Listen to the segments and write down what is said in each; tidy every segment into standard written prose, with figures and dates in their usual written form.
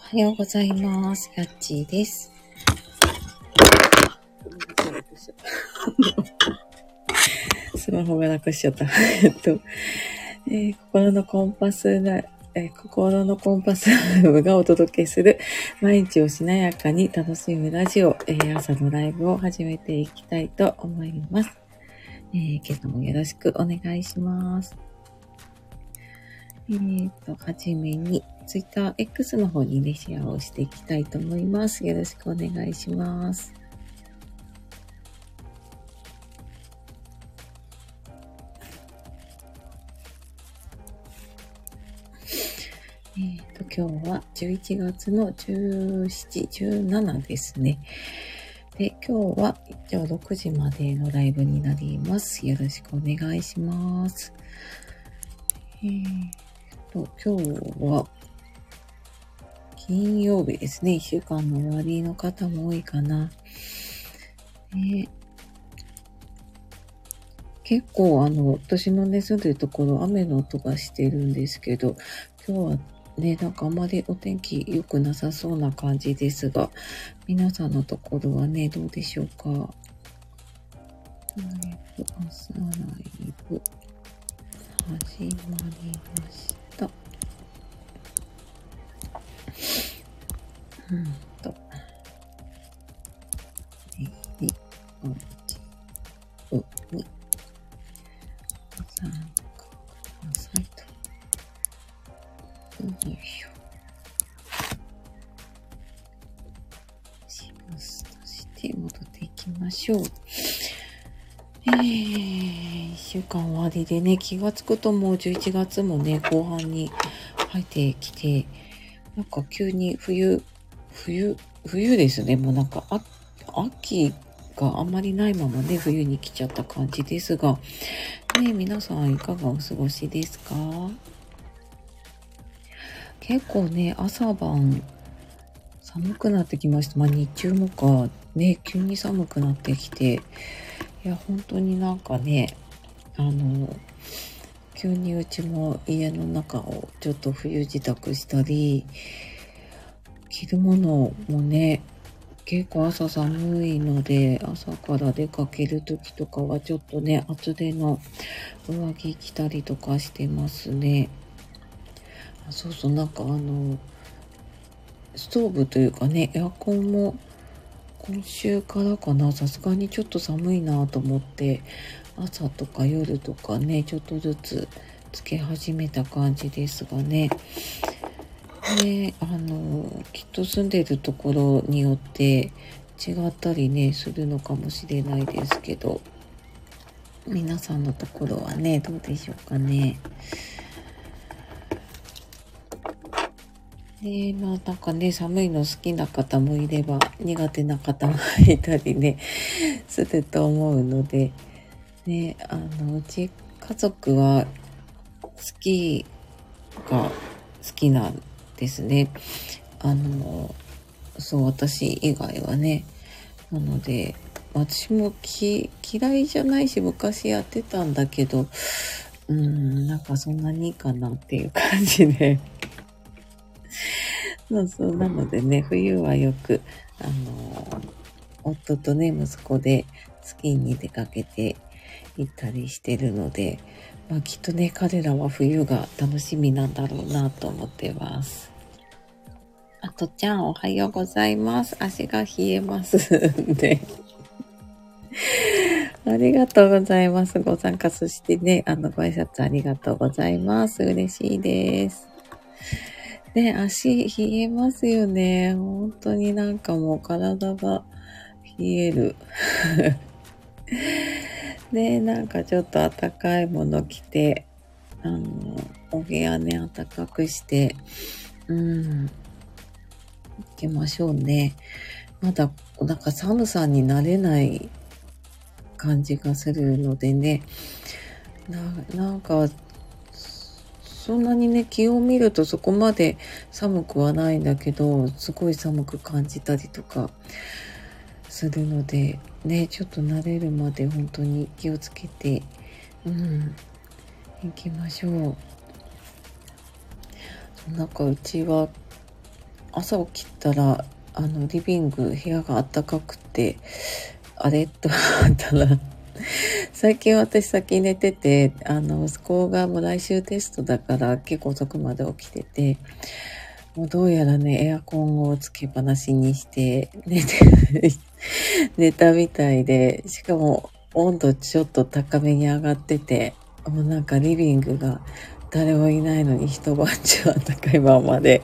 はようございます。やっちーです。スマホがなくしちゃった。心のコンパス部がお届けする毎日をしなやかに楽しむラジオ、朝のライブを始めていきたいと思います。今朝もよろしくお願いします。はじめに Twitter X の方にね、シェアをしていきたいと思います。よろしくお願いします。今日は11月の17、17ですね。で、今日は一応6時までのライブになります。よろしくお願いします。今日は金曜日ですね。1週間の終わりの方も多いかな。結構私のね、住んでるところ雨の音がしてるんですけど、今日はね、なんかあまりお天気良くなさそうな感じですが、皆さんのところはね、どうでしょうか。朝ライブ始まりました。にご参加くださいと。よいしょ。しますとして戻っていきましょう。1週間終わりでね、気がつくともう11月もね、後半に入ってきて、なんか急に冬ですね。もうなんか秋があんまりないままね、冬に来ちゃった感じですが、ね、皆さんいかがお過ごしですか？結構ね、朝晩寒くなってきました。日中もか、ね、急に寒くなってきて、いや、本当になんかね、急にうちも家の中をちょっと冬支度したり、着るものもね、結構朝寒いので、朝から出かけるときとかはちょっとね、厚手の上着着たりとかしてますね。そうそう、なんかストーブというかね、エアコンも今週からかな、さすがにちょっと寒いなと思って、朝とか夜とかね、ちょっとずつつけ始めた感じですがね。ね、きっと住んでいるところによって違ったりね、するのかもしれないですけど、皆さんのところはね、どうでしょうかね。なんかね、寒いの好きな方もいれば、苦手な方もいたりね、すると思うので、ね、うち家族はスキーが好きなんですね。そう、私以外はね。なので、私も嫌いじゃないし、昔やってたんだけど、なんかそんなにいいかなっていう感じで。そう、なのでね、冬はよく、夫とね、息子でスキーに出かけて行ったりしてるので、きっとね、彼らは冬が楽しみなんだろうなと思ってます。あとちゃん、おはようございます。足が冷えますんで。ありがとうございます。ご参加、そしてね、ご挨拶ありがとうございます。嬉しいです。ね、足冷えますよね。本当になんかもう体が冷える。ね、なんかちょっと暖かいもの着て、お部屋ね、暖かくして、行きましょうね。まだ、なんか寒さに慣れない感じがするのでね、なんか、そんなにね、気温見るとそこまで寒くはないんだけど、すごい寒く感じたりとかするので、ね、ちょっと慣れるまで本当に気をつけて、行きましょう。なんかうちは朝起きたら、リビング、部屋が暖かくて、あれと思ったら、最近私先寝てて、息子がもう来週テストだから結構遅くまで起きてて、もうどうやらね、エアコンをつけっぱなしにして寝たみたいで、しかも温度ちょっと高めに上がってて、もうなんかリビングが誰もいないのに一晩中暖かいままで、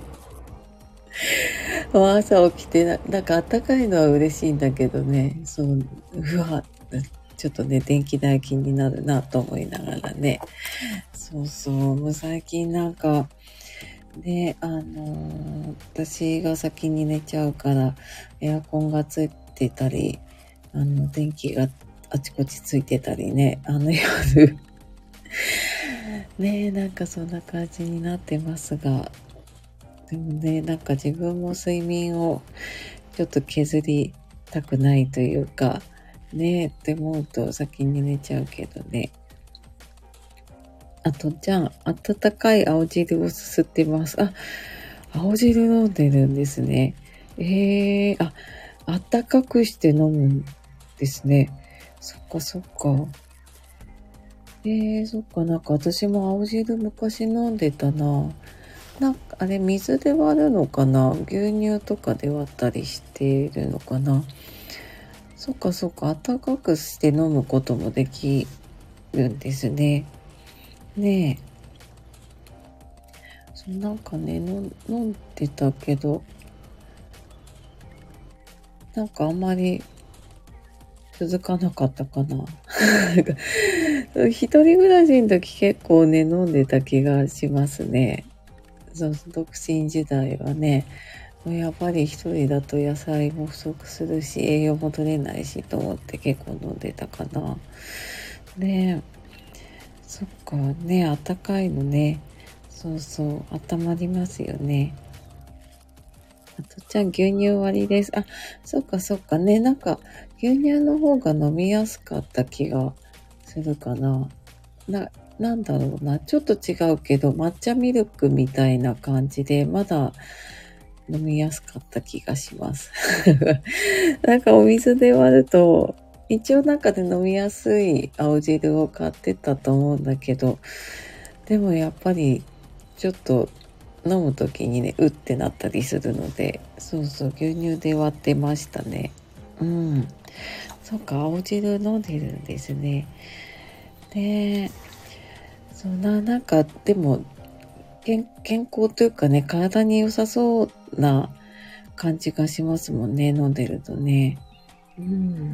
もう朝起きてなんか暖かいのは嬉しいんだけどね、うわ、ちょっとね、電気代気になるなと思いながらね。そうそう、もう最近なんか、で、私が先に寝ちゃうから、エアコンがついてたり、電気があちこちついてたりね、夜、ね、なんかそんな感じになってますが、でもね、なんか自分も睡眠をちょっと削りたくないというか、ね、って思うと先に寝ちゃうけどね。あと、じゃあ、温かい青汁をすすってます。あ、青汁飲んでるんですね。あったかくして飲むんですね。そっかそっか。そっか、なんか私も青汁昔飲んでたな。なんか、あれ、水で割るのかな、牛乳とかで割ったりしてるのかな。そっかそっか、温かくして飲むこともできるんですね。ねえ。なんかね、飲んでたけど、なんかあんまり続かなかったかな。なんか一人暮らしの時結構ね、飲んでた気がしますね。独身時代はね、やっぱり一人だと野菜も不足するし、栄養も取れないしと思って結構飲んでたかな。ねえ、そっか、ね、あったかいのね。そうそう、温まりますよね。あとちゃん牛乳割りです。あ、そっかそっかね。なんか牛乳の方が飲みやすかった気がするかな。なんだろうな。ちょっと違うけど、抹茶ミルクみたいな感じで、まだ飲みやすかった気がします。なんかお水で割ると、一応中で飲みやすい青汁を買ってたと思うんだけど、でもやっぱりちょっと飲むときにね、うってなったりするので、そうそう、牛乳で割ってましたね。うん。そっか、青汁飲んでるんですね。で、なんか、でも、健康というかね、体に良さそうな感じがしますもんね、飲んでるとね。うん。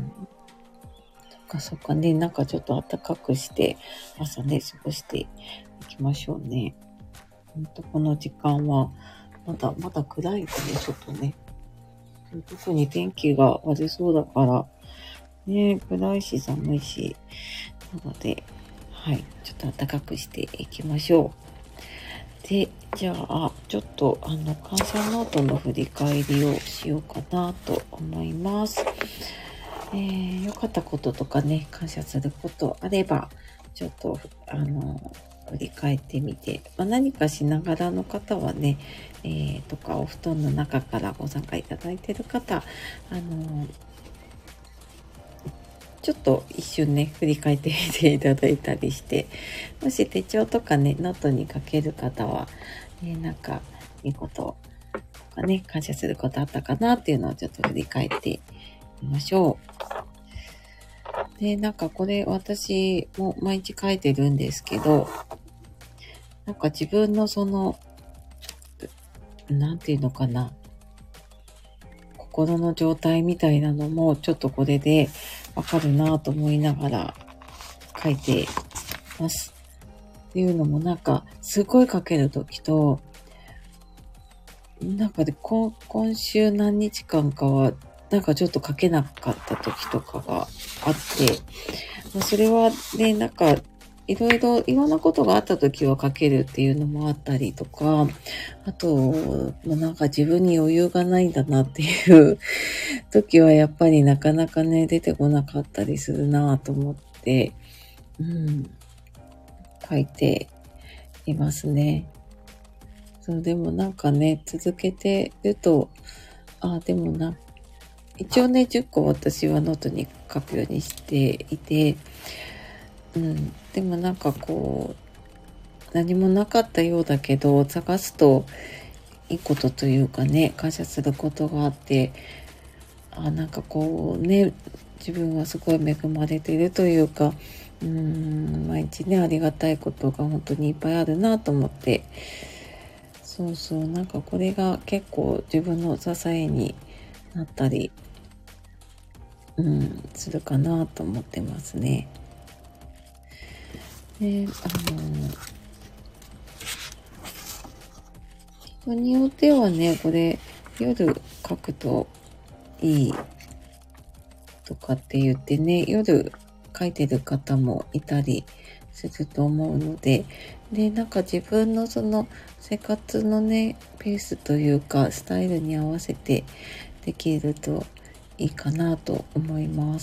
そっかね、なんかちょっと暖かくして、朝ね、過ごしていきましょうね。ほんとこの時間は、まだ暗いので、ちょっとね、特に天気が悪そうだから、ね、暗いし寒いし、なので、はい、ちょっと暖かくしていきましょう。で、じゃあ、ちょっと、感謝ノートの振り返りをしようかなと思います。良かったこととかね、感謝することあれば、ちょっと、振り返ってみて、何かしながらの方はね、とか、お布団の中からご参加いただいている方、ちょっと一瞬ね、振り返ってみていただいたりして、もし手帳とかね、ノートに書ける方は、なんか、いいこととかね、感謝することあったかなっていうのをちょっと振り返ってみましょう。で、なんかこれ私も毎日書いてるんですけど、なんか自分のなんていうのかな、心の状態みたいなのもちょっとこれでわかるなと思いながら書いてます。っていうのもなんかすごい書けるときと、なんかで今週何日間かはなんかちょっと書けなかった時とかがあって、それはね、なんかいろんなことがあった時は書けるっていうのもあったりとか、あと、なんか自分に余裕がないんだなっていう時はやっぱりなかなかね、出てこなかったりするなと思って、うん、書いていますね。 そう、でもなんかね、続けてると、でも一応ね、10個私はノートに書くようにしていて、でもなんかこう、何もなかったようだけど、探すといいことというかね、感謝することがあって、なんかこうね、自分はすごい恵まれているというか、毎日ね、ありがたいことが本当にいっぱいあるなと思って、そうそう、なんかこれが結構自分の支えになったり、するかなと思ってますね。で、人によってはね、これ夜書くといいとかって言ってね、夜書いてる方もいたりすると思うので、で、なんか自分のその生活のね、ペースというか、スタイルに合わせてできるといいかなと思います。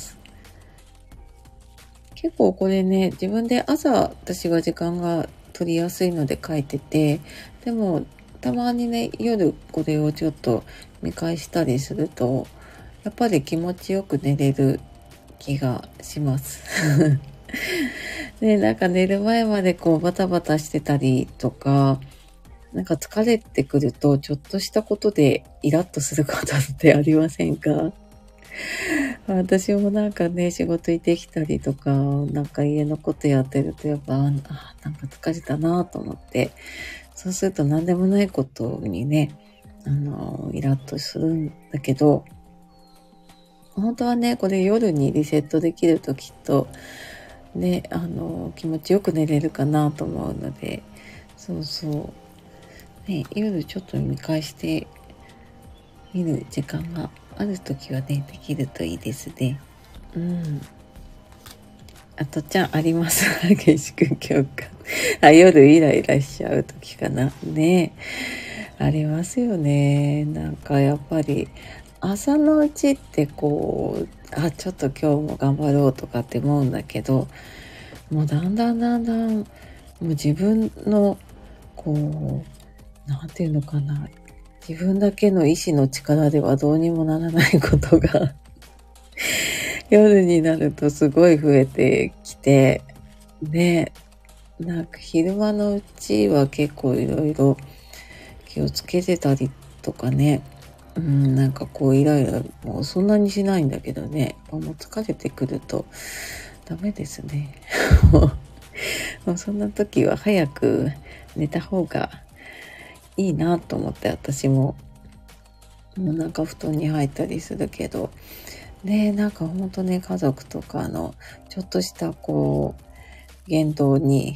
結構これね、自分で朝私が時間が取りやすいので書いてて、でもたまにね、夜これをちょっと見返したりすると、やっぱり気持ちよく寝れる気がします。で、なんか寝る前までこうバタバタしてたりとか、なんか疲れてくるとちょっとしたことでイラッとすることってありませんか？私もなんかね、仕事行ってきたりとか、なんか家のことやってるとやっぱ、なんか疲れたなと思って、そうすると何でもないことにね、イラッとするんだけど、本当はね、これ夜にリセットできるときっと、ね、気持ちよく寝れるかなと思うので、そうそう。ね、夜ちょっと見返してみる時間があるときはね、できるといいですね。うん。あとちゃんあります。激しく共感。夜イライラしちゃうときかな。ね。ありますよね。なんかやっぱり、朝のうちってこう、ちょっと今日も頑張ろうとかって思うんだけど、もうだんだんだんだん、もう自分の、こう、なんていうのかな。自分だけの意志の力ではどうにもならないことが夜になるとすごい増えてきて、ね、なんか昼間のうちは結構いろいろ気をつけてたりとかね、なんかこうイライラもうそんなにしないんだけどね、もう疲れてくるとダメですね。もうそんな時は早く寝た方がいいなと思って私も、もうなんか布団に入ったりするけど、ね、なんかほんとね、家族とかのちょっとしたこう、言動に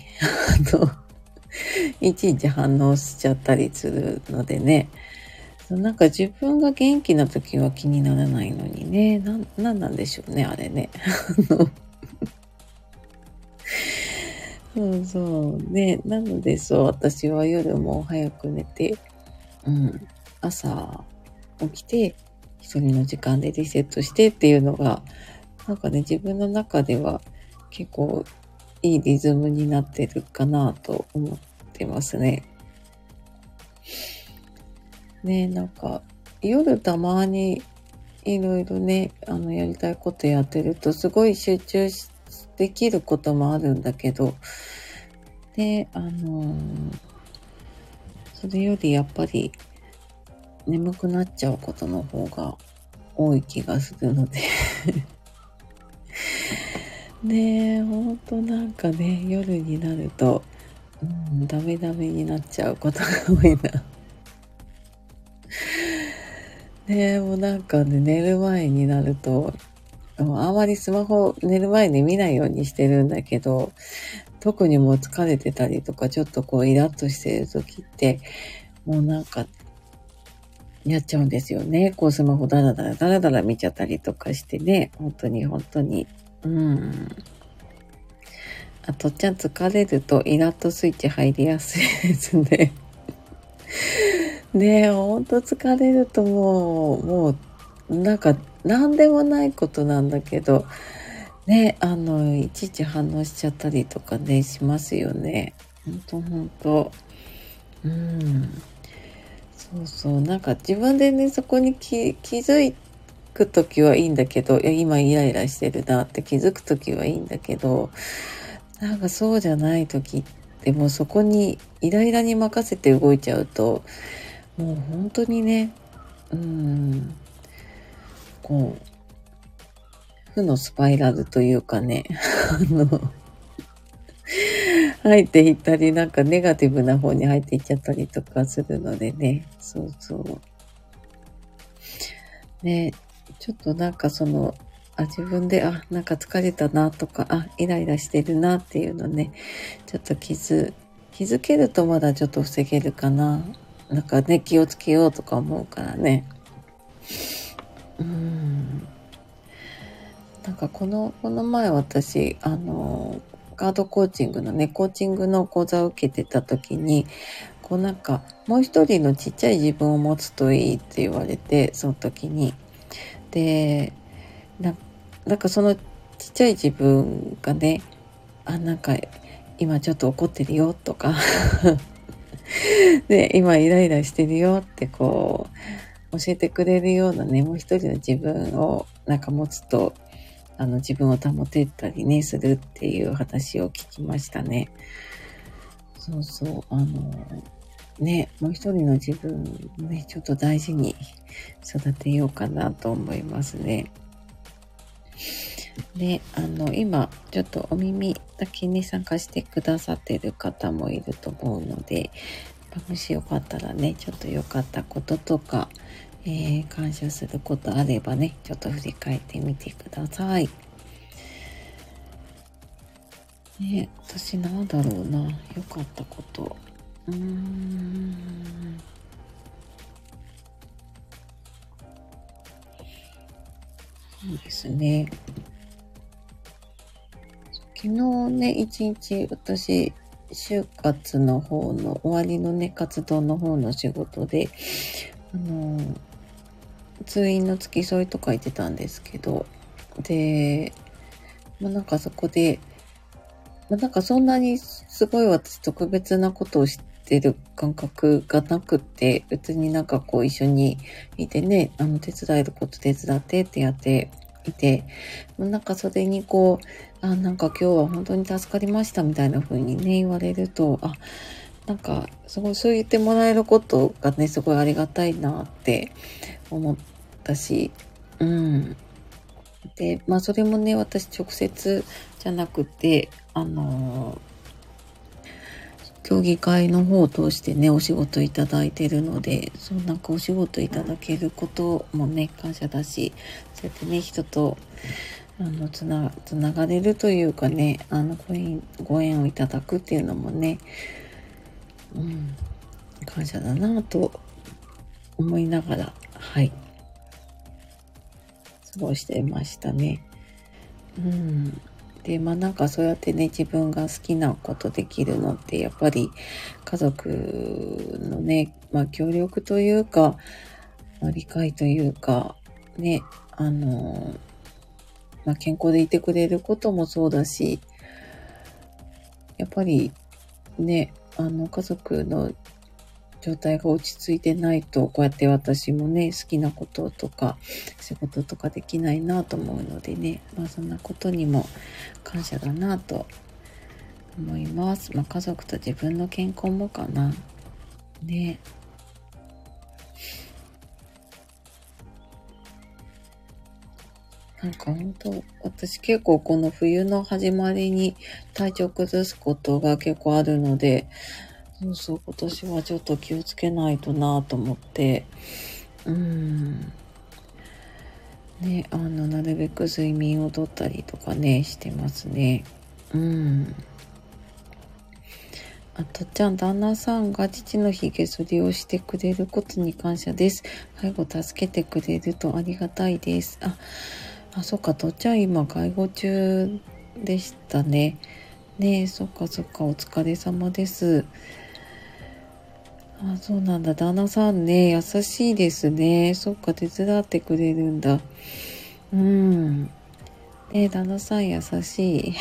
いちいち反応しちゃったりするのでね、なんか自分が元気な時は気にならないのにね、なんなんでしょうね、あれね。そうそう。ね、なのでそう、私は夜も早く寝て、朝起きて、一人の時間でリセットしてっていうのが、なんかね、自分の中では結構いいリズムになってるかなと思ってますね。ね、なんか、夜たまにいろいろね、やりたいことやってると、すごい集中できることもあるんだけど、で、それよりやっぱり眠くなっちゃうことの方が多い気がするのでねえ、ほんとなんかね、夜になると、ダメダメになっちゃうことが多いな。ねえ、もうなんかね、寝る前になると、あまりスマホ寝る前に見ないようにしてるんだけど、特にもう疲れてたりとか、ちょっとこうイラッとしてる時って、もうなんか、やっちゃうんですよね。こうスマホダラダラダラダラ見ちゃったりとかしてね、本当に本当に。あとちゃん疲れるとイラッとスイッチ入りやすいですね。ねえ、ほんと疲れるとなんか、なんでもないことなんだけど、ね、いちいち反応しちゃったりとかね、しますよね。ほんとほんと。うん。 そうそう。なんか自分でね、そこに気づくときはいいんだけど、いや、今イライラしてるなって気づくときはいいんだけど、なんかそうじゃないときってもうそこにイライラに任せて動いちゃうと、もう本当にね、こう、負のスパイラルというかね、入っていったり、なんかネガティブな方に入っていっちゃったりとかするのでね、そうそう。ね、ちょっとなんか自分で、なんか疲れたなとか、イライラしてるなっていうのね、ちょっと気づけるとまだちょっと防げるかな。なんかね、気をつけようとか思うからね。なんかこの前私、ガードコーチングのね、コーチングの講座を受けてた時に、こうなんか、もう一人のちっちゃい自分を持つといいって言われて、その時に。で、なんかそのちっちゃい自分がね、なんか今ちょっと怒ってるよとかで、今イライラしてるよってこう、教えてくれるようなね、もう一人の自分をなんか持つと、自分を保てたりね、するっていう話を聞きましたね。そうそう、ね、もう一人の自分ね、ちょっと大事に育てようかなと思いますね。で、今、ちょっとお耳だけに参加してくださっている方もいると思うので、もしよかったらね、ちょっと良かったこととか、感謝することあればね、ちょっと振り返ってみてください。ね、私なんだろうな、良かったこと。そうですね。昨日ね、一日私、就活の方の終わりのね、活動の方の仕事で、通院の付き添いとか言ってたんですけど、で、なんかそこで、なんかそんなにすごい私特別なことをしてる感覚がなくって、別になんかこう一緒にいてね、手伝えること手伝ってってやっていて、なんかそれにこう、なんか今日は本当に助かりましたみたいな風にね、言われると、なんかすごいそう言ってもらえることがね、すごいありがたいなって思ったし、で、それもね、私直接じゃなくて、協議会の方を通してね、お仕事いただいてるので、なんかお仕事いただけることもね、感謝だし、そうやってね、人と、つながれるというかね、ご縁をいただくっていうのもね、感謝だなと思いながら、はい、過ごしてましたね。で、なんかそうやってね、自分が好きなことできるのって、やっぱり家族のね、協力というか、理解というか、ね、健康でいてくれることもそうだし、やっぱりね、家族の状態が落ち着いてないと、こうやって私もね、好きなこととか、仕事とかできないなと思うのでね、そんなことにも感謝だなと思います。家族と自分の健康もかな。ね。なんか本当、私結構この冬の始まりに体調崩すことが結構あるので、そう、今年はちょっと気をつけないとなと思って、ね、なるべく睡眠をとったりとかね、してますね。とっちゃん、旦那さんが父の日げそりをしてくれることに感謝です。介護助けてくれるとありがたいです。そっか、とっちゃん今介護中でしたね。ねえ、そっか、お疲れ様です。そうなんだ。旦那さんね、優しいですね。そっか、手伝ってくれるんだ。ねえ、旦那さん優しい。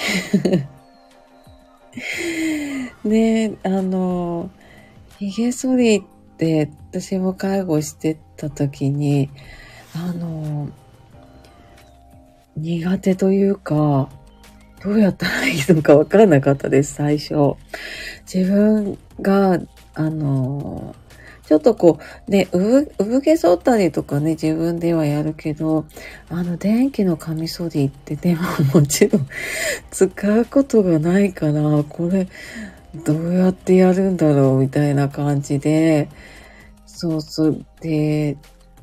ねえ、髭剃りっで、私も介護してた時に、苦手というか、どうやったらいいのかわからなかったです、最初。自分が、ちょっとこう、ね、産毛剃ったりとかね、自分ではやるけど、電気のカミソリってでももちろん使うことがないから、これ、どうやってやるんだろうみたいな感じで、そうそう。で、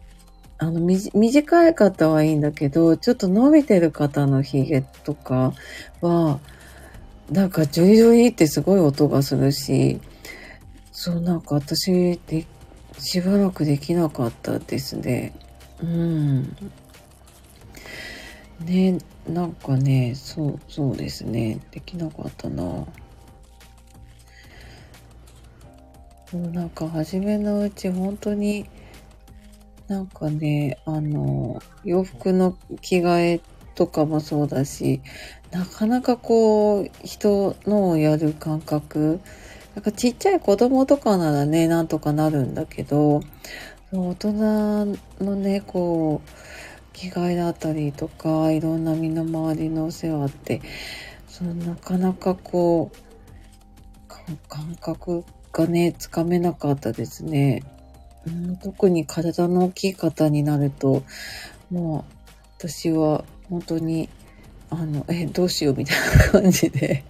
短い方はいいんだけど、ちょっと伸びてる方のヒゲとかは、なんかジョリジョリってすごい音がするし、そうなんか私で、しばらくできなかったですね。うん。ね、なんかね、そうですね。できなかったな。なんか初めのうち本当になんかね、洋服の着替えとかもそうだし、なかなかこう、人のをやる感覚、なんかちっちゃい子供とかならね、なんとかなるんだけど、大人のね、こう、着替えだったりとか、いろんな身の回りのお世話って、なかなかこう、感覚がね、つかめなかったですね。特に体の大きい方になると、もう、私は本当に、どうしようみたいな感じで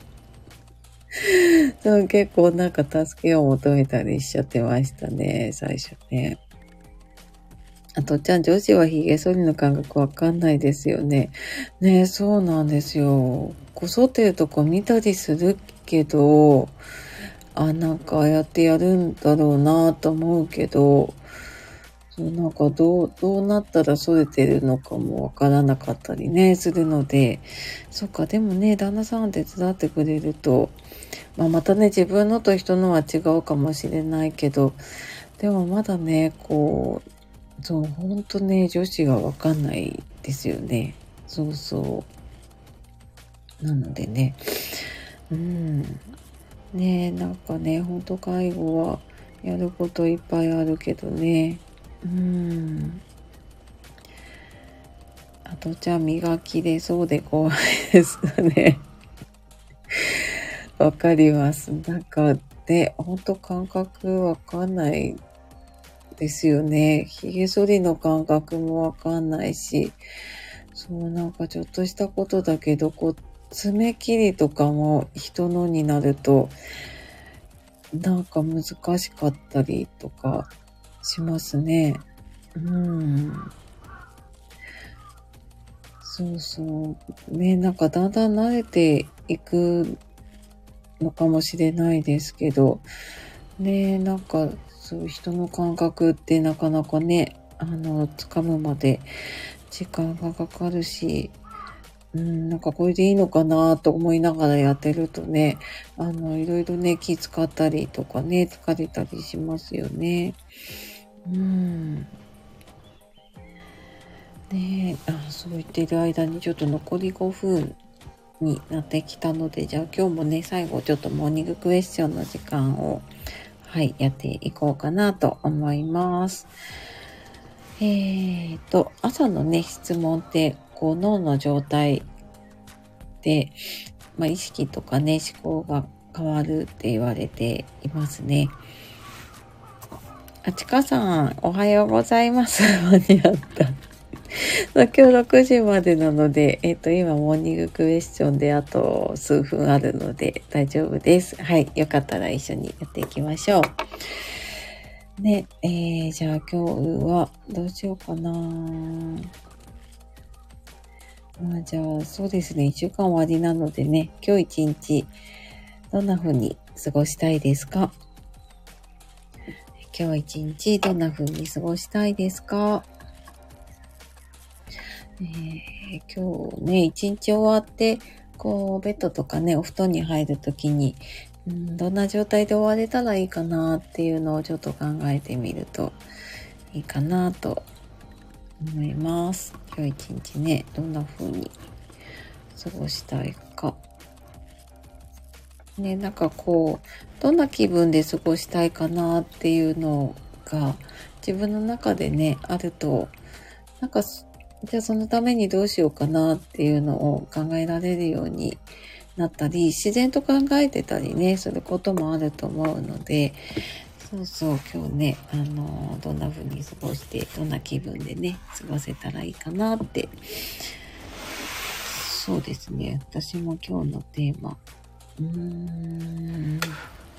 そう結構なんか助けを求めたりしちゃってましたね、最初ね。あとちゃん、女子は髭剃りの感覚わかんないですよね。ね、そうなんですよ。こそってるとこ見たりするけど、なんかああやってやるんだろうなと思うけど、なんかどうなったら剃れてるのかもわからなかったりね、するので、そっか、でもね、旦那さん手伝ってくれると、またね、自分のと人のは違うかもしれないけど、でもまだね、こう、ほんとね、女子がわかんないですよね。そうそう。なのでね、うん。ね、なんかね、ほんと介護はやることいっぱいあるけどね。うん。あとじゃあ磨きでそうで怖いですね。わかります。なんかね、ほんと感覚わかんないですよね。髭剃りの感覚もわかんないし、なんかちょっとしたことだけど、爪切りとかも人のになると、なんか難しかったりとかしますね。うん。そうそう。ね、なんかだんだん慣れていくのかもしれないですけど、ね、なんかそういう人の感覚ってなかなかね、掴むまで時間がかかるし、なんかこれでいいのかなと思いながらやってるとね、いろいろね、気使ったりとかね、疲れたりしますよね。うん。ねえ、そう言ってる間にちょっと残り5分になってきたので、じゃあ今日もね、最後ちょっとモーニングクエスチョンの時間を、はい、やっていこうかなと思います。朝のね、質問って、脳の状態で、意識とかね、思考が変わるって言われていますね。ちかさん、おはようございます。間に合った。今日6時までなので、今モーニングクエスチョンであと数分あるので大丈夫です。はい。よかったら一緒にやっていきましょう。ね、じゃあ今日はどうしようかな。じゃあそうですね。1週間終わりなのでね、今日一日どんな風に過ごしたいですか？今日一日どんな風に過ごしたいですか？今日ね、一日終わって、ベッドとかね、お布団に入るときに、どんな状態で終われたらいいかなっていうのをちょっと考えてみるといいかなと思います。今日一日ね、どんな風に過ごしたいか。ね、なんかどんな気分で過ごしたいかなっていうのをが自分の中でね、あると、なんか、じゃあそのためにどうしようかなっていうのを考えられるようになったり、自然と考えてたりね、することもあると思うので、そうそう、今日ね、どんな風に過ごして、どんな気分でね、過ごせたらいいかなって。そうですね、私も今日のテーマ、なんだろ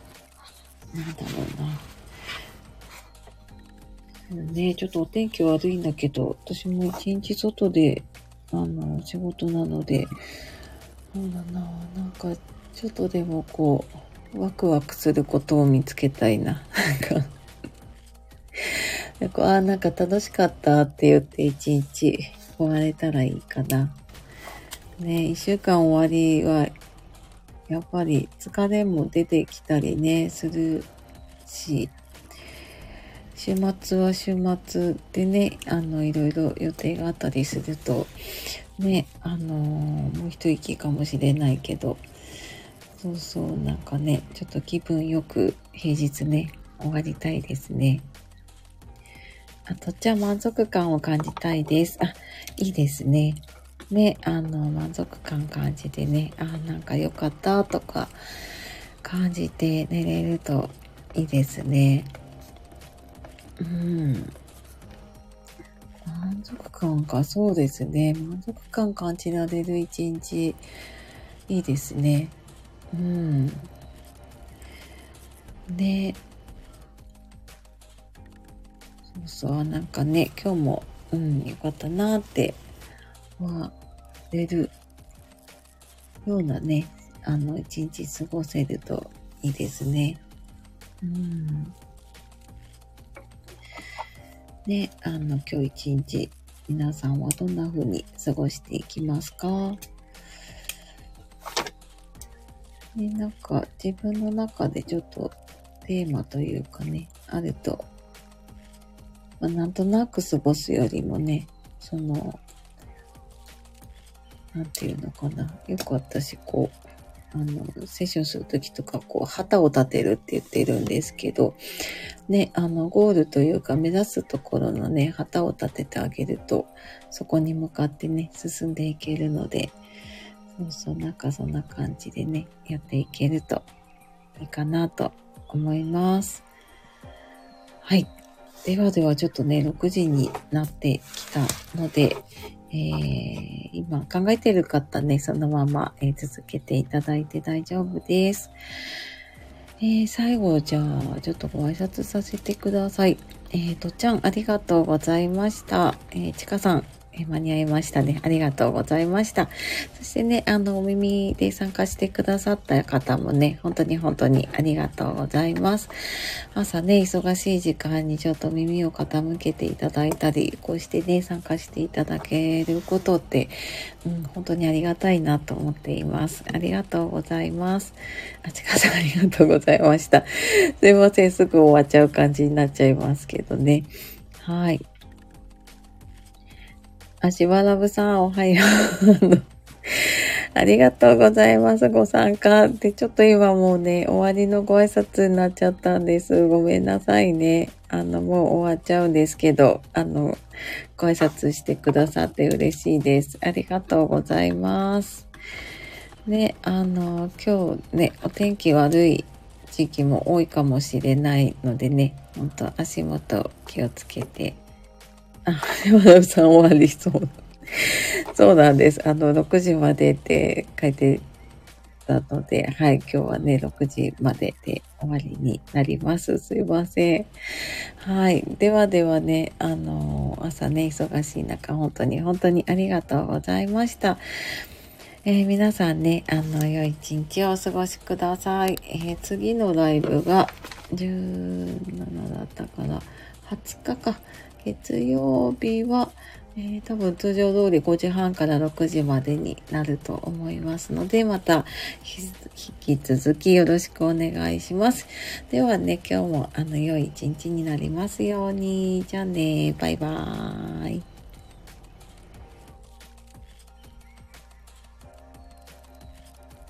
うな。ね、ちょっとお天気悪いんだけど、私も一日外で、仕事なので、そうだな、なんか、ちょっとでもこう、ワクワクすることを見つけたいな。なんか、なんか楽しかったって言って一日終われたらいいかな。ね、一週間終わりは、やっぱり疲れも出てきたりね、するし、週末は週末でね、いろいろ予定があったりすると、ね、もう一息かもしれないけど、そうそう、なんかね、ちょっと気分よく平日ね、終わりたいですね。とっちゃん満足感を感じたいです。いいですね。ね、満足感感じてね、なんか良かったとか感じて寝れるといいですね。満足感か、そうですね。満足感感じられる一日、いいですね。で、そうそう、なんかね、今日も、良かったなって思えるようなね、一日過ごせるといいですね。ね、今日一日、皆さんはどんな風に過ごしていきますか？ね、なんか自分の中でちょっとテーマというかね、あると、なんとなく過ごすよりもね、なんていうのかな。よく私、セッションするときとか、旗を立てるって言ってるんですけど、ね、ゴールというか、目指すところのね、旗を立ててあげると、そこに向かってね、進んでいけるので、そうそう、なんかそんな感じでね、やっていけるといいかなと思います。はい。ではではちょっとね、6時になってきたので、今考えてる方ね、そのまま、続けていただいて大丈夫です。最後、じゃあ、ちょっとご挨拶させてください。とちゃん、ありがとうございました。ちかさん、間に合いましたね。ありがとうございました。そしてね、お耳で参加してくださった方もね、本当に本当にありがとうございます。朝ね、忙しい時間にちょっと耳を傾けていただいたり、こうしてね、参加していただけることって、本当にありがたいなと思っています。ありがとうございます。ちかさんありがとうございました。すいません、すぐ終わっちゃう感じになっちゃいますけどね。はい。しばらぶさん、おはよう。ありがとうございます。ご参加。で、ちょっと今もうね、終わりのご挨拶になっちゃったんです。ごめんなさいね。もう終わっちゃうんですけど、ご挨拶してくださって嬉しいです。ありがとうございます。ね、今日ね、お天気悪い地域も多いかもしれないのでね、ほんと足元気をつけて。山田さん終わりそう。そうなんです。6時までって書いてたので、はい、今日はね、6時までで終わりになります。すいません。はい。ではではね、朝ね、忙しい中、本当に本当にありがとうございました。皆さんね、良い一日をお過ごしください。次のライブが17だったから、20日か。月曜日は、多分通常通り5時半から6時までになると思いますので、また引き続きよろしくお願いします。ではね、今日も良い一日になりますように。じゃあね、バイバーイ。